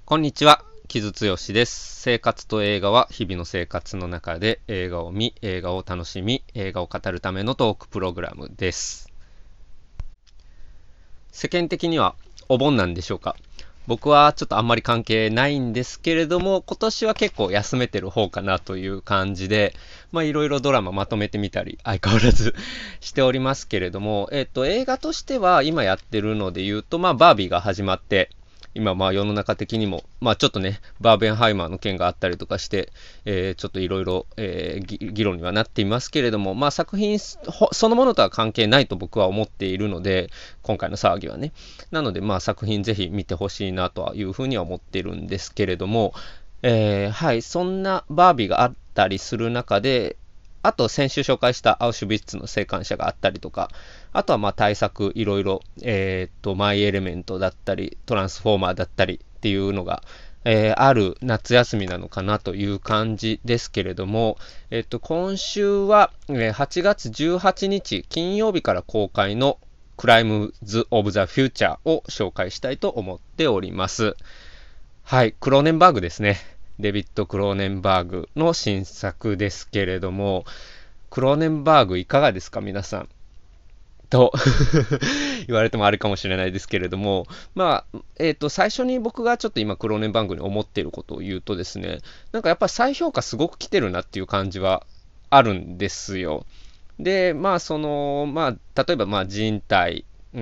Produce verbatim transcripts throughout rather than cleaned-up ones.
こんにちは、木津剛です。生活と映画は日々の生活の中で映画を見、映画を楽しみ、映画を語るためのトークプログラムです。世間的にはお盆なんでしょうか？僕はちょっとあんまり関係ないんですけれども、今年は結構休めてる方かなという感じで、まあいろいろドラマまとめてみたり、相変わらずしておりますけれども、えっと映画としては今やってるので言うと、まあバービーが始まって、今まあ世の中的にも、まあちょっとね、バーベンハイマーの件があったりとかして、えー、ちょっといろいろ議論にはなっていますけれども、まあ作品そのものとは関係ないと僕は思っているので、今回の騒ぎはね。なのでまあ作品ぜひ見てほしいなというふうには思っているんですけれども、えー、はい、そんなバービーがあったりする中で、あと先週紹介したアウシュビッツの生還者があったりとか、あとはまあ対策いろいろ、えー、っと、マイエレメントだったり、トランスフォーマーだったりっていうのが、えー、ある夏休みなのかなという感じですけれども、えー、っと、今週ははちがつじゅうはちにち金曜日から公開のクライムズ・オブ・ザ・フューチャーを紹介したいと思っております。はい、クローネンバーグですね。デビッド・クローネンバーグの新作ですけれども、クローネンバーグいかがですか皆さんと言われてもあれかもしれないですけれども、まあ、えっ、ー、と、最初に僕がちょっと今クローネンバーグに思っていることを言うとですね、なんかやっぱり再評価すごく来てるなっていう感じはあるんですよ。で、まあ、その、まあ、例えばまあ人体、うん、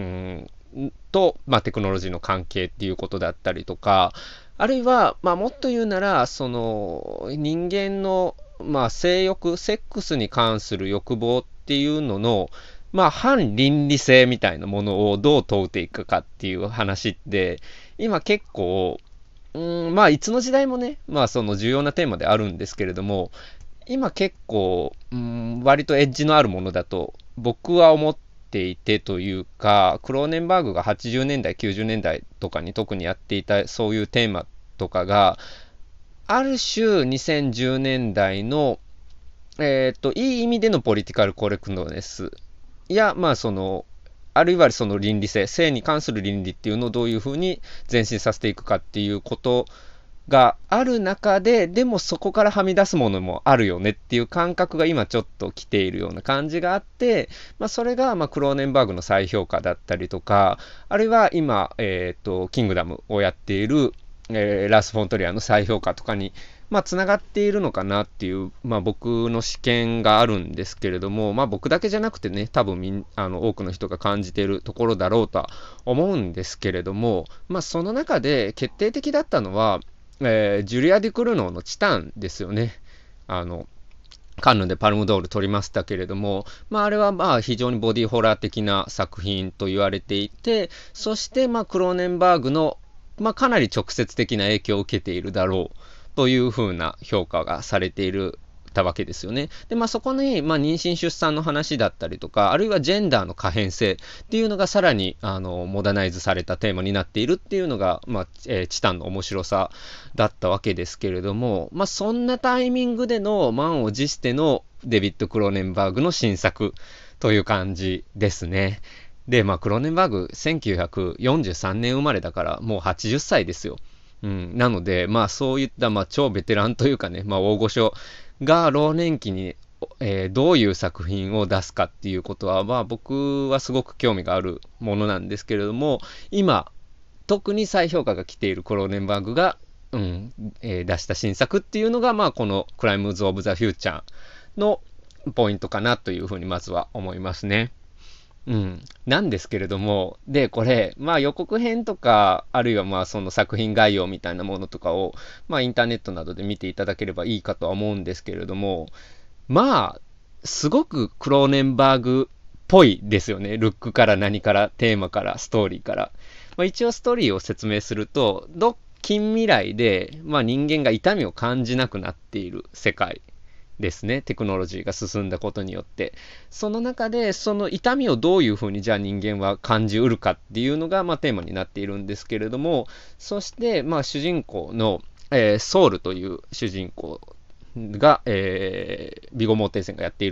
と、まあ、テクノロジーの関係っていうことだったりとか、あるいは、まあ、もっと言うなら、その、人間の、まあ、性欲、セックスに関する欲望っていうのの、まあ、反倫理性みたいなものをどう問うていくかっていう話って、今結構、うん、まあ、いつの時代もね、まあ、その重要なテーマであるんですけれども、今結構、うん、割とエッジのあるものだと僕は思っていてというか、クローネンバーグがはちじゅうねんだい、きゅうじゅうねんだいとかに特にやっていたそういうテーマとかが、ある種にせんじゅうねんだいの、えっと、いい意味でのポリティカルコレクトネスや、まあその、あるいはその倫理性、性に関する倫理っていうのをどういうふうに前進させていくかっていうことがある中で、でもそこからはみ出すものもあるよねっていう感覚が今ちょっと来ているような感じがあって、まあ、それがまあクローネンバーグの再評価だったりとか、あるいは今、えっと、キングダムをやっている、えーラス・フォントリアの再評価とかに、まあ、つながっているのかなっていう、まあ、僕の視見があるんですけれども、まあ、僕だけじゃなくてね、多分みんあの多くの人が感じているところだろうとは思うんですけれども、まあ、その中で決定的だったのは、えージュリア・ディ・クルノーのチタンですよね。あの、カンヌでパルムドール取りましたけれども、まあ、あれはまあ非常にボディホラー的な作品と言われていて、そしてまあクローネンバーグの、まあ、かなり直接的な影響を受けているだろうというふうな評価がされているたわけですよね。で、まあそこに、まあ妊娠出産の話だったりとか、あるいはジェンダーの可変性っていうのがさらに、あの、モダナイズされたテーマになっているっていうのが、まあ、えーチタンの面白さだったわけですけれども、まあそんなタイミングでの満を持してのデビッド・クローネンバーグの新作という感じですね。で、まあクローネンバーグせんきゅうひゃくよんじゅうさんねん生まれだからもうはちじゅっさいですよ。うん、なので、まあそういった、まあ、超ベテランというかね、まあ大御所が老年期に、えーどういう作品を出すかっていうことは、まあ僕はすごく興味があるものなんですけれども、今、特に再評価が来ているクローネンバーグが、うんえー出した新作っていうのが、まあこのクライムズ・オブ・ザ・フューチャーのポイントかなというふうにまずは思いますね。うん。なんですけれども、で、これ、まあ予告編とか、あるいはまあその作品概要みたいなものとかを、まあインターネットなどで見ていただければいいかとは思うんですけれども、まあ、すごくクローネンバーグっぽいですよね。ルックから何から、テーマから、ストーリーから。まあ一応ストーリーを説明すると、ど近未来で、まあ人間が痛みを感じなくなっている世界ですね。テクノロジーが進んだことによって。その中で、その痛みをどういうふうにじゃあ人間は感じうるかっていうのが、まあテーマになっているんですけれども、そして、まあ主人公の、えーソウルという主人公が、えービゴモーテーセンがやっている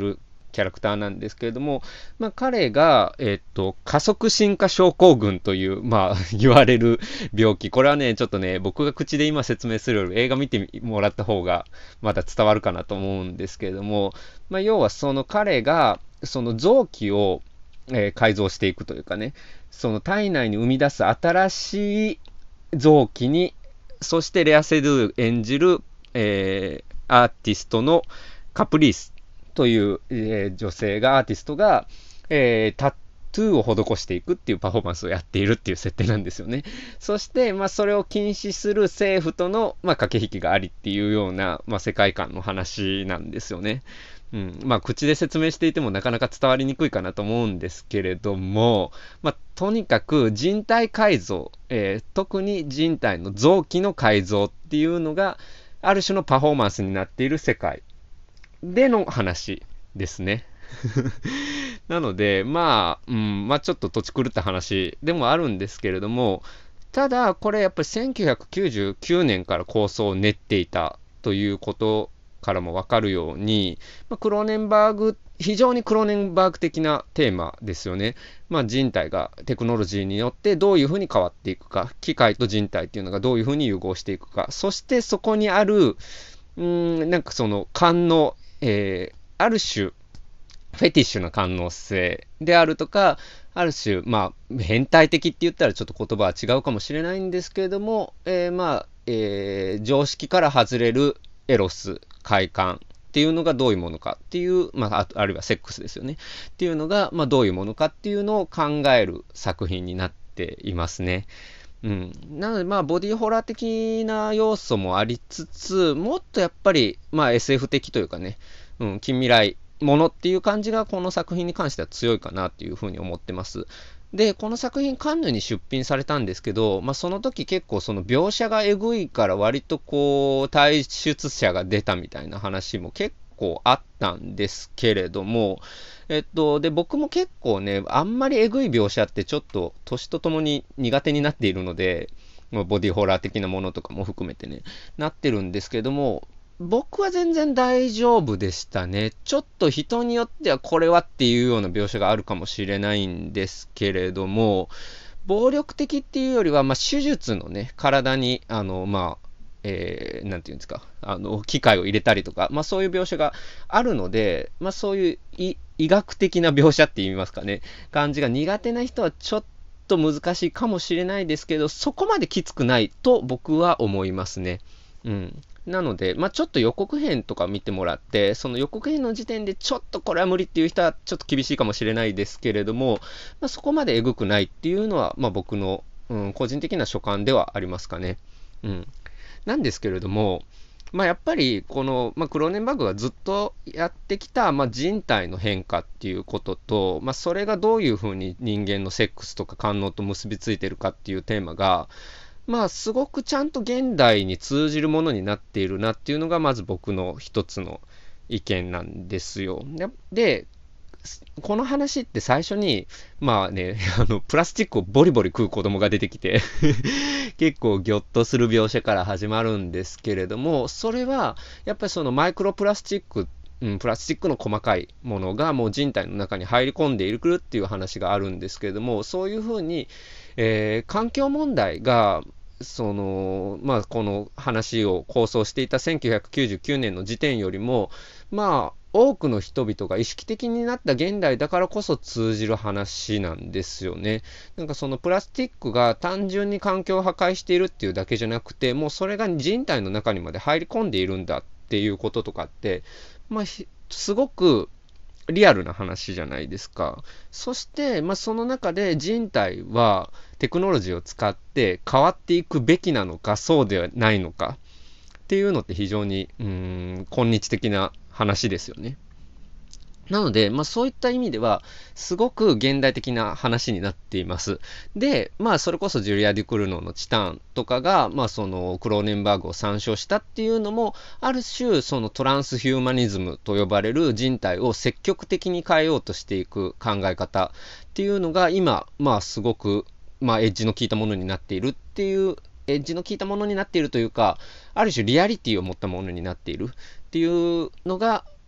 キャラクターなんですけれども、まあ、彼が、えっと、加速進化症候群という、まあ、言われる病気。これはね、ちょっとね、僕が口で今説明するより映画見てもらった方が、まだ伝わるかなと思うんですけれども、まあ、要はその彼が、その臓器を、えー改造していくというかね、その体内に生み出す新しい臓器に、そしてレア・セドゥ演じる、えーアーティストのカプリースという、えー女性が、アーティストが、えータトゥーを施していくっていうパフォーマンスをやっているっていう設定なんですよね。そして、まあ、それを禁止する政府との、まあ、駆け引きがありっていうような、まあ、世界観の話なんですよね。うん、まあ、口で説明していてもなかなか伝わりにくいかなと思うんですけれども、まあ、とにかく人体改造、えー特に人体の臓器の改造っていうのが、ある種のパフォーマンスになっている世界での話ですね。なので、まあ、うん、まあちょっと土地狂った話でもあるんですけれども、ただ、これやっぱりせんきゅうひゃくきゅうじゅうきゅうねんから構想を練っていたということからもわかるように、まあ、クローネンバーグ、非常にクローネンバーグ的なテーマですよね。まあ、人体がテクノロジーによってどういうふうに変わっていくか、機械と人体っていうのがどういうふうに融合していくか、そしてそこにある、うーん、なんかその官能、えー、ある種、フェティッシュな官能性であるとか、ある種、まあ、変態的って言ったらちょっと言葉は違うかもしれないんですけれども、えーまあ、えー常識から外れるエロス、快感っていうのがどういうものかっていう、まあ、ああるいはセックスですよね。っていうのが、まあ、どういうものかっていうのを考える作品になっていますね。うん。なので、まあ、ボディホラー的な要素もありつつ、もっとやっぱり、まあ、エスエフ 的というかね、うん、近未来ものっていう感じがこの作品に関しては強いかなっていうふうに思ってます。で、この作品カンヌに出品されたんですけど、まあ、その時結構その描写がえぐいから割とこう、退出者が出たみたいな話も結構あったんですけれども、えっと、で、僕も結構ね、あんまりえぐい描写ってちょっと年とともに苦手になっているので、まあボディホラー的なものとかも含めてね、なってるんですけども、僕は全然大丈夫でしたね。ちょっと人によってはこれはっていうような描写があるかもしれないんですけれども、暴力的っていうよりは、まあ、手術のね、体に、あの、まあ、えー、なんていうんですか、あの、機械を入れたりとか、まあそういう描写があるので、まあそういう医医学的な描写って言いますかね、感じが苦手な人はちょっと難しいかもしれないですけど、そこまできつくないと僕は思いますね。うん。なので、まあ、ちょっと予告編とか見てもらって、その予告編の時点でちょっとこれは無理っていう人はちょっと厳しいかもしれないですけれども、まあ、そこまでえぐくないっていうのは、まあ、僕の、うん、個人的な所感ではありますかね。うん。なんですけれども、まあ、やっぱりこの、まあ、クローネンバーグがずっとやってきた、まあ、人体の変化っていうことと、まあ、それがどういうふうに人間のセックスとか官能と結びついてるかっていうテーマが、まあ、すごくちゃんと現代に通じるものになっているなっていうのが、まず僕の一つの意見なんですよ。で、この話って最初に、まあね、あの、プラスチックをボリボリ食う子供が出てきて結構ギョッとする描写から始まるんですけれども、それは、やっぱりそのマイクロプラスチック、うん、プラスチックの細かいものがもう人体の中に入り込んでいるっていう話があるんですけれども、そういうふうに、えー環境問題が、その、まあ、この話を構想していたせんきゅうひゃくきゅうじゅうきゅうねんの時点よりも、まあ、多くの人々が意識的になった現代だからこそ通じる話なんですよね。なんかそのプラスチックが単純に環境を破壊しているっていうだけじゃなくて、もうそれが人体の中にまで入り込んでいるんだっていうこととかって、まあ、すごくリアルな話じゃないですか。そして、まあ、その中で人体はテクノロジーを使って変わっていくべきなのか、そうではないのかっていうのって非常に、うーん、今日的な話ですよね。なので、まあそういった意味では、すごく現代的な話になっています。で、まあそれこそジュリア・デュクルノのチターンとかが、まあそのクローネンバーグを参照したっていうのも、ある種そのトランスヒューマニズムと呼ばれる人体を積極的に変えようとしていく考え方っていうのが今、まあすごく、まあエッジの効いたものになっているっていう、エッジの効いたものになっているというか、ある種リアリティを持ったものになっているっていうのが、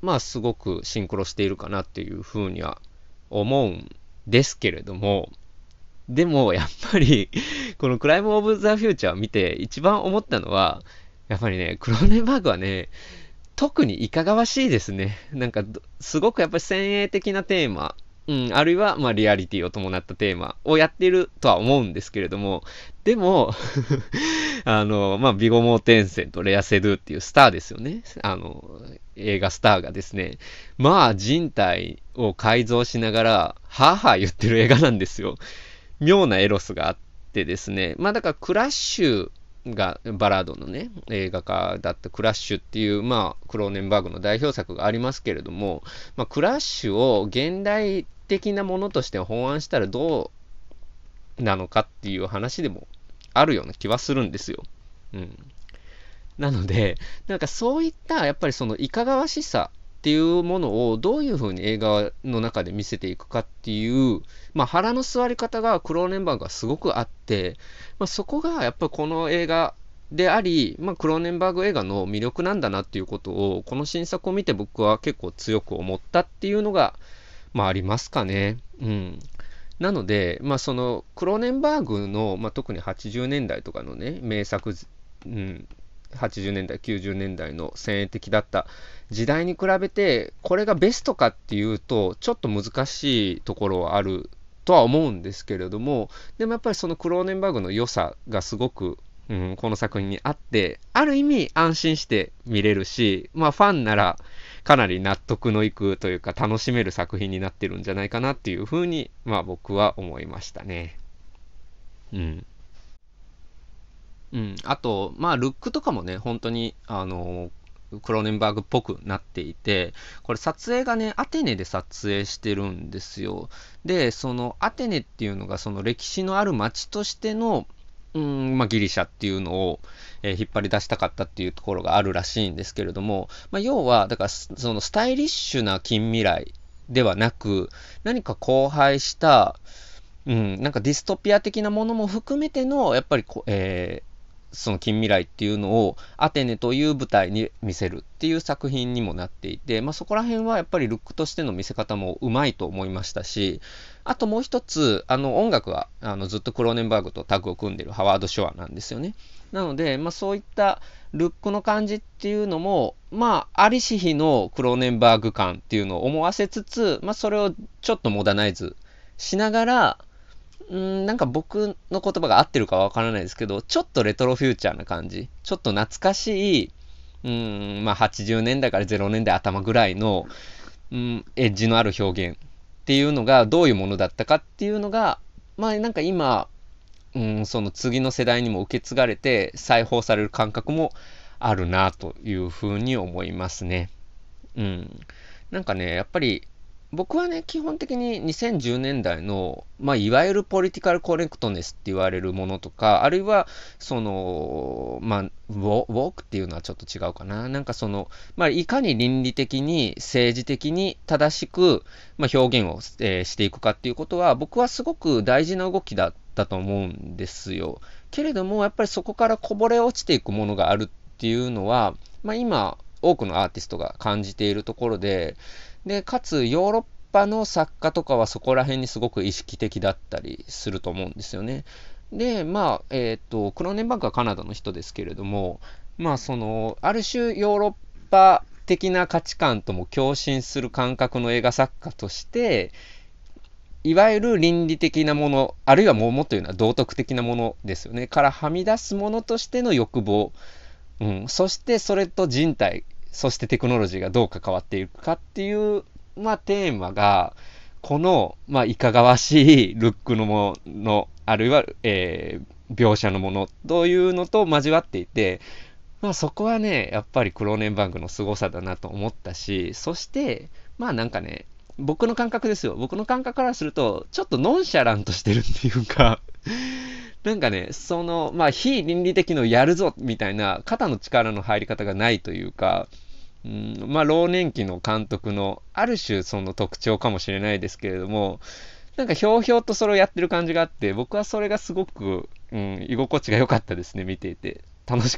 まあすごくシンクロしているかなっていうふうには思うんですけれども、でもやっぱりこのクライム・オブ・ザ・フューチャーを見て一番思ったのは、やっぱりね、クローネンバーグはね、特にいかがわしいですね。なんか、すごくやっぱり先鋭的なテーマ、うん、あるいは、まあ、リアリティを伴ったテーマをやっているとは思うんですけれども、でも、あの、まあ、ビゴモーテンセンとレア・セドゥっていうスターですよね。あの、映画スターがですね、まあ、人体を改造しながら、はぁはぁ言ってる映画なんですよ。妙なエロスがあってですね、まあ、だからクラッシュがバラードのね、映画化だったクラッシュっていう、まあ、クローネンバーグの代表作がありますけれども、まあ、クラッシュを現代的なものとして本案したらどうなのかっていう話でもあるような気はするんですよ。うん。なので、なんかそういったやっぱりそのいかがわしさっていうものをどういうふうに映画の中で見せていくかっていう、まあ腹の座り方がクローネンバーグはすごくあって、まあ、そこがやっぱりこの映画であり、まあ、クローネンバーグ映画の魅力なんだなっていうことをこの新作を見て僕は結構強く思ったっていうのが、まあ、ありますかね。うん。なので、まあ、そのクローネンバーグの、まあ、特にはちじゅうねんだいとかのね名作、うん、はちじゅうねんだいきゅうじゅうねんだいの先鋭的だった時代に比べてこれがベストかっていうとちょっと難しいところはあるとは思うんですけれども、でもやっぱりそのクローネンバーグの良さがすごく、うん、この作品にあって、ある意味安心して見れるし、まあファンならかなり納得のいくというか楽しめる作品になってるんじゃないかなっていうふうに、まあ僕は思いましたね。うん。うん。あと、まあルックとかもね、本当に、あの、クローネンバーグっぽくなっていて、これ撮影がね、アテネで撮影してるんですよ。で、そのアテネっていうのがその歴史のある街としての、うん、まあ、ギリシャっていうのを、えー引っ張り出したかったっていうところがあるらしいんですけれども、まあ、要は、だからそのスタイリッシュな近未来ではなく、何か荒廃した、うん、なんかディストピア的なものも含めての、やっぱりこ、えーその近未来っていうのをアテネという舞台に見せるっていう作品にもなっていて、まあ、そこら辺はやっぱりルックとしての見せ方もうまいと思いましたし、あともう一つ、あの音楽はあのずっとクローネンバーグとタッグを組んでるハワード・ショアなんですよね。なので、まあ、そういったルックの感じっていうのも、まあ、ありし日のクローネンバーグ感っていうのを思わせつつ、まあ、それをちょっとモダナイズしながら、うん、なんか僕の言葉が合ってるかわからないですけど、ちょっとレトロフューチャーな感じ。ちょっと懐かしい、うん、まあはちじゅうねんだいからゼロねんだい頭ぐらいの、うん、エッジのある表現っていうのがどういうものだったかっていうのが、まあなんか今、うん、その次の世代にも受け継がれて再放される感覚もあるなというふうに思いますね。うん。なんかね、やっぱり僕はね、基本的ににせんじゅうねんだいの、まあ、いわゆるポリティカルコレクトネスって言われるものとか、あるいは、その、まあ、ウォウォークっていうのはちょっと違うかな。なんかその、まあ、いかに倫理的に、政治的に正しく、まあ、表現を、えーしていくかっていうことは、僕はすごく大事な動きだったと思うんですよ。けれども、やっぱりそこからこぼれ落ちていくものがあるっていうのは、まあ、今、多くのアーティストが感じているところで、で、かつヨーロッパの作家とかはそこら辺にすごく意識的だったりすると思うんですよね。で、まあ、えっと、クローネンバーグはカナダの人ですけれども、まあ、その、ある種ヨーロッパ的な価値観とも共振する感覚の映画作家として、いわゆる倫理的なもの、あるいはもうもっと言うのは道徳的なものですよね。からはみ出すものとしての欲望。うん。そしてそれと人体、そしてテクノロジーがどう関わっていくかっていう、まあ、テーマが、この、まあ、いかがわしいルックのもの、あるいは、えー、描写のものというのと交わっていて、まあそこはね、やっぱりクローネンバーグの凄さだなと思ったし、そして、まあなんかね、僕の感覚ですよ。僕の感覚からすると、ちょっとノンシャランとしてるっていうか、なんかね、その、まあ非倫理的のやるぞみたいな肩の力の入り方がないというか、うん、まあ老年期の監督のある種その特徴かもしれないですけれども、なんかひょうひょうとそれをやってる感じがあって、僕はそれがすごく、うん、居心地が良かったですね、見ていて。楽しかっ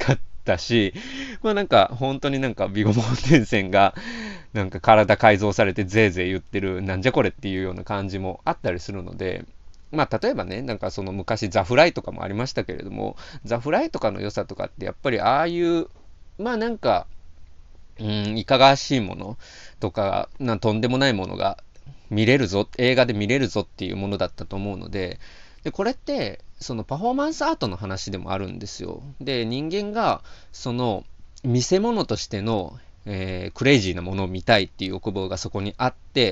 ったし、まあなんか本当になんかビゴモーテンセンがなんか体改造されてぜいぜい言ってるなんじゃこれっていうような感じもあったりするので、まあ例えばね、なんかその昔ザ・フライとかもありましたけれども、ザ・フライとかの良さとかってやっぱりああいう、まあなんか、うん、いかがわしいものとか、なとんでもないものが見れるぞ、映画で見れるぞっていうものだったと思うので、で、これって、そのパフォーマンスアートの話でもあるんですよ。で、人間が、その、見せ物としての、えークレイジーなものを見たいっていう欲望がそこにあって、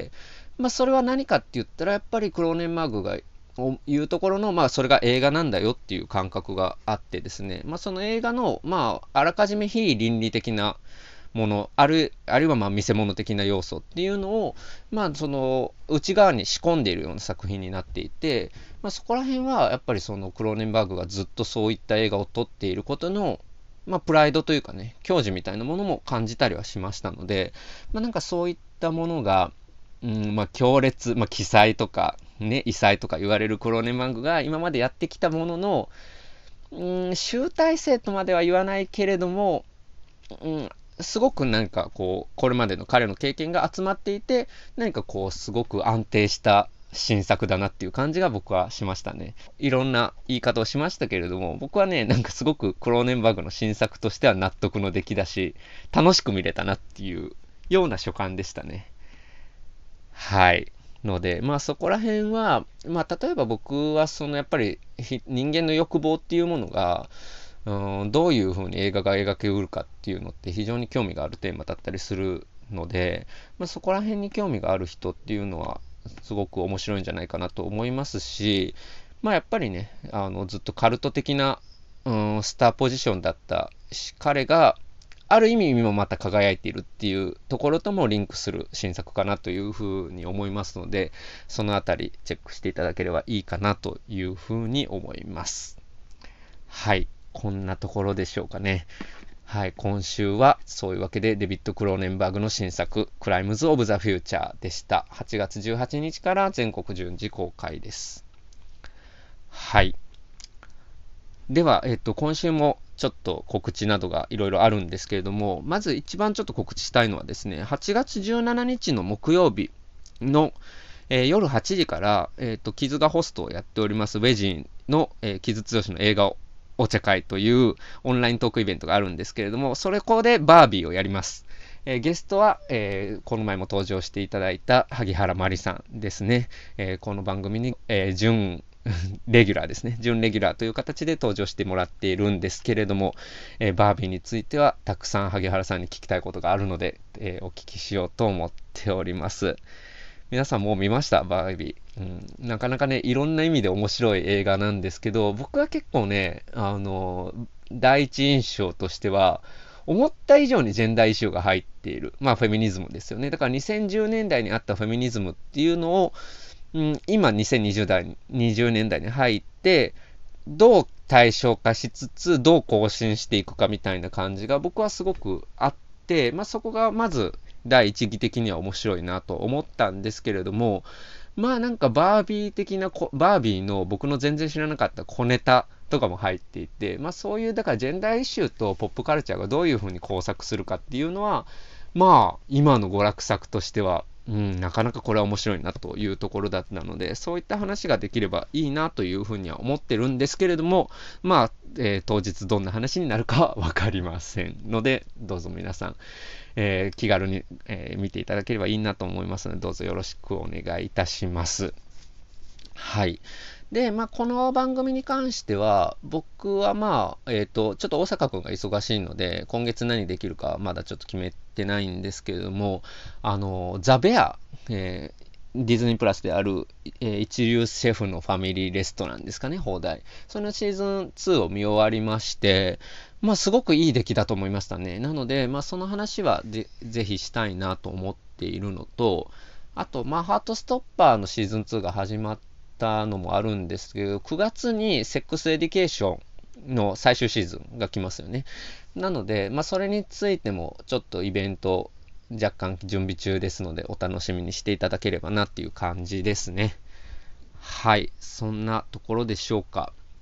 まあ、それは何かって言ったら、やっぱりクローネンマーグがいうところの、まあ、それが映画なんだよっていう感覚があってですね、まあ、その映画の、まあ、あらかじめ非倫理的なもの、ある、あるいはまあ見せ物的な要素っていうのを、まあその内側に仕込んでいるような作品になっていて、まあそこら辺はやっぱりそのクローネンバーグがずっとそういった映画を撮っていることの、まあプライドというかね、矜持みたいなものも感じたりはしましたので、まあなんかそういったものが、うん、まあ強烈、まあ奇才とか、ね、異彩とか言われるクローネンバーグが今までやってきたものの、うん、集大成とまでは言わないけれども、うん、すごくなんかこう、これまでの彼の経験が集まっていて、何かこう、すごく安定した新作だなっていう感じが僕はしましたね。いろんな言い方をしましたけれども、僕はね、なんかすごくクローネンバーグの新作としては納得の出来だし、楽しく見れたなっていうような所感でしたね。はい。ので、まあそこら辺は、まあ例えば僕はそのやっぱり人間の欲望っていうものが、うん、どういうふうに映画が描けうるかっていうのって非常に興味があるテーマだったりするので、まあ、そこら辺に興味がある人っていうのはすごく面白いんじゃないかなと思いますし、まあやっぱりね、あのずっとカルト的な、うん、スターポジションだった彼がある意味もまた輝いているっていうところともリンクする新作かなというふうに思いますので、そのあたりチェックしていただければいいかなというふうに思います。はい。こんなところでしょうかね。はい。今週はそういうわけでデビッド・クローネンバーグの新作、クライムズ・オブ・ザ・フューチャーでした。はちがつじゅうはちにちから全国順次公開です。はい。では、えっと、今週もちょっと告知などがいろいろあるんですけれども、まず一番ちょっと告知したいのはですね、はちがつじゅうしちにちの木曜日の、えー、夜はちじから、えっと、キズがホストをやっておりますウェジンの、えー、キズ剛の映画をお茶会というオンライントークイベントがあるんですけれども、それこでバービーをやります。えー、ゲストは、えー、この前も登場していただいた萩原まりさんですね。えー、この番組に、えー、準レギュラーですね。準レギュラーという形で登場してもらっているんですけれども、えー、バービーについてはたくさん萩原さんに聞きたいことがあるので、えー、お聞きしようと思っております。皆さんもう見ましたバービー、うん。なかなかね、いろんな意味で面白い映画なんですけど、僕は結構ね、あの、第一印象としては、思った以上にジェンダーイシューが入っている。まあ、フェミニズムですよね。だからにせんじゅうねんだいにあったフェミニズムっていうのを、うん、今にせんにじゅうだい、にじゅうねんだいに入って、どう対象化しつつ、どう更新していくかみたいな感じが僕はすごくあって、まあ、そこがまず第一義的には面白いなと思ったんですけれども、まあなんかバービー的なバービーの僕の全然知らなかった小ネタとかも入っていて、まあそういうだからジェンダーイシューとポップカルチャーがどういうふうに交錯するかっていうのは、まあ今の娯楽作としては、うん、なかなかこれは面白いなというところだったので、そういった話ができればいいなというふうには思ってるんですけれども、まあ、えー、当日どんな話になるかはわかりませんので、どうぞ皆さん、えー、気軽に、えー、見ていただければいいなと思いますので、どうぞよろしくお願いいたします。はい。で、まあ、この番組に関しては、僕はまあ、えっと、ちょっと大阪君が忙しいので、今月何できるかはまだちょっと決めてないんですけれども、あの、ザ・ベア、えーディズニープラスである、えー一流シェフのファミリーレストランですかね、放題。そのシーズンツーを見終わりまして、まあすごくいい出来だと思いましたね。なので、まあその話はぜぜひしたいなと思っているのと、あと、まあハートストッパーのシーズンツーが始まったのもあるんですけど、くがつにセックスエディケーションの最終シーズンが来ますよね。なので、まあそれについてもちょっとイベント若干準備中ですのでお楽しみにしていただければなっていう感じですね。はい、そんなところでしょうか。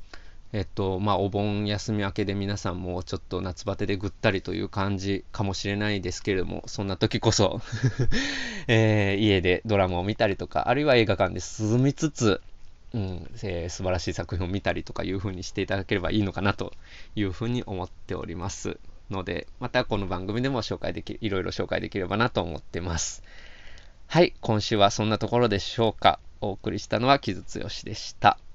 えっと、まあ、お盆休み明けで皆さんもちょっと夏バテでぐったりという感じかもしれないですけれども、そんな時こそ、えー家でドラマを見たりとか、あるいは映画館で進みつつ、うん、えー素晴らしい作品を見たりとかいう風にしていただければいいのかなという風に思っておりますので、またこの番組でも紹介でき、いろいろ紹介できればなと思ってます。はい、今週はそんなところでしょうか。お送りしたのは木津剛でした。